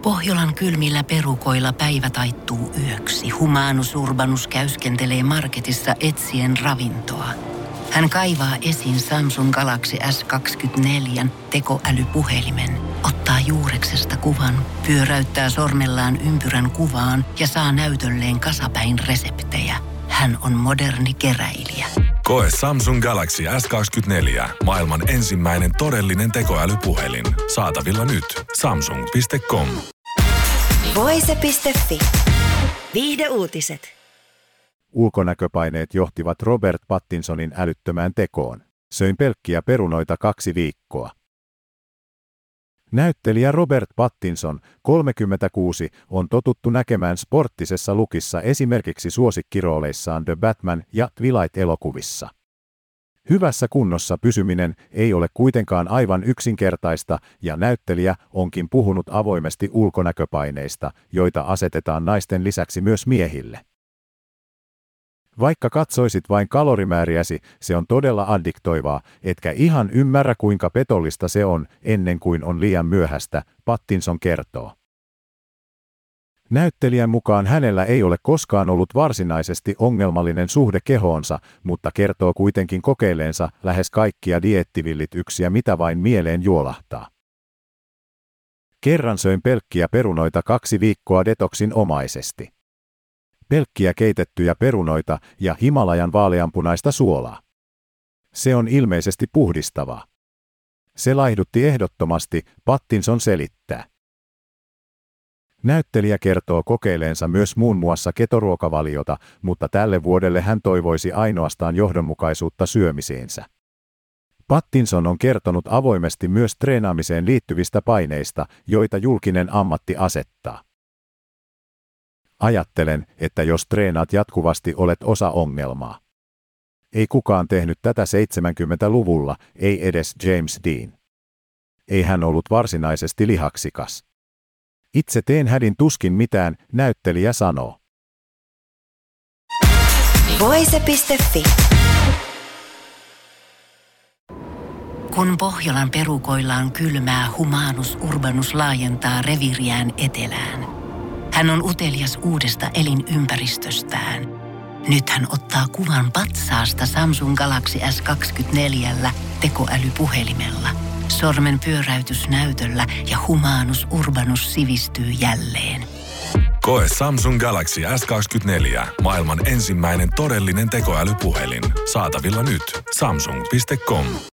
Pohjolan kylmillä perukoilla päivä taittuu yöksi. Humanus Urbanus käyskentelee marketissa etsien ravintoa. Hän kaivaa esiin Samsung Galaxy S24 tekoälypuhelimen, ottaa juureksesta kuvan, pyöräyttää sormellaan ympyrän kuvaan ja saa näytölleen kasapäin reseptejä. Hän on moderni keräilijä. Koe Samsung Galaxy S24. Maailman ensimmäinen todellinen tekoälypuhelin. Saatavilla nyt. Samsung.com. Voise.fi. Viihdeuutiset. Ulkonäköpaineet johtivat Robert Pattinsonin älyttömään tekoon. Söin pelkkiä perunoita 2 viikkoa. Näyttelijä Robert Pattinson, 36, on totuttu näkemään sporttisessa lookissa esimerkiksi suosikkirooleissaan The Batman ja Twilight-elokuvissa. Hyvässä kunnossa pysyminen ei ole kuitenkaan aivan yksinkertaista, ja näyttelijä onkin puhunut avoimesti ulkonäköpaineista, joita asetetaan naisten lisäksi myös miehille. Vaikka katsoisit vain kalorimääriäsi, se on todella addiktoivaa, etkä ihan ymmärrä kuinka petollista se on ennen kuin on liian myöhäistä, Pattinson kertoo. Näyttelijän mukaan hänellä ei ole koskaan ollut varsinaisesti ongelmallinen suhde kehoonsa, mutta kertoo kuitenkin kokeilleensa lähes kaikkia dieettivillityksiä mitä vain mieleen juolahtaa. Kerran söin pelkkiä perunoita 2 viikkoa detoksin omaisesti. Pelkkiä keitettyjä perunoita ja Himalajan vaaleanpunaista suolaa. Se on ilmeisesti puhdistavaa. Se laihdutti ehdottomasti, Pattinson selittää. Näyttelijä kertoo kokeilleensa myös muun muassa ketoruokavaliota, mutta tälle vuodelle hän toivoisi ainoastaan johdonmukaisuutta syömiseensä. Pattinson on kertonut avoimesti myös treenaamiseen liittyvistä paineista, joita julkinen ammatti asettaa. Ajattelen, että jos treenaat jatkuvasti, olet osa ongelmaa. Ei kukaan tehnyt tätä 70-luvulla, ei edes James Dean. Ei hän ollut varsinaisesti lihaksikas. Itse teen hädin tuskin mitään, näyttelijä sanoo. Voise.fi. Kun Pohjolan perukoilla on kylmää, Humanus Urbanus laajentaa reviiriään etelään. Hän on utelias uudesta elinympäristöstään. Nyt hän ottaa kuvan patsaasta Samsung Galaxy S24 tekoälypuhelimella. Sormen pyöräytys näytöllä ja Humanus Urbanus sivistyy jälleen. Koe Samsung Galaxy S24. Maailman ensimmäinen todellinen tekoälypuhelin. Saatavilla nyt. Samsung.com.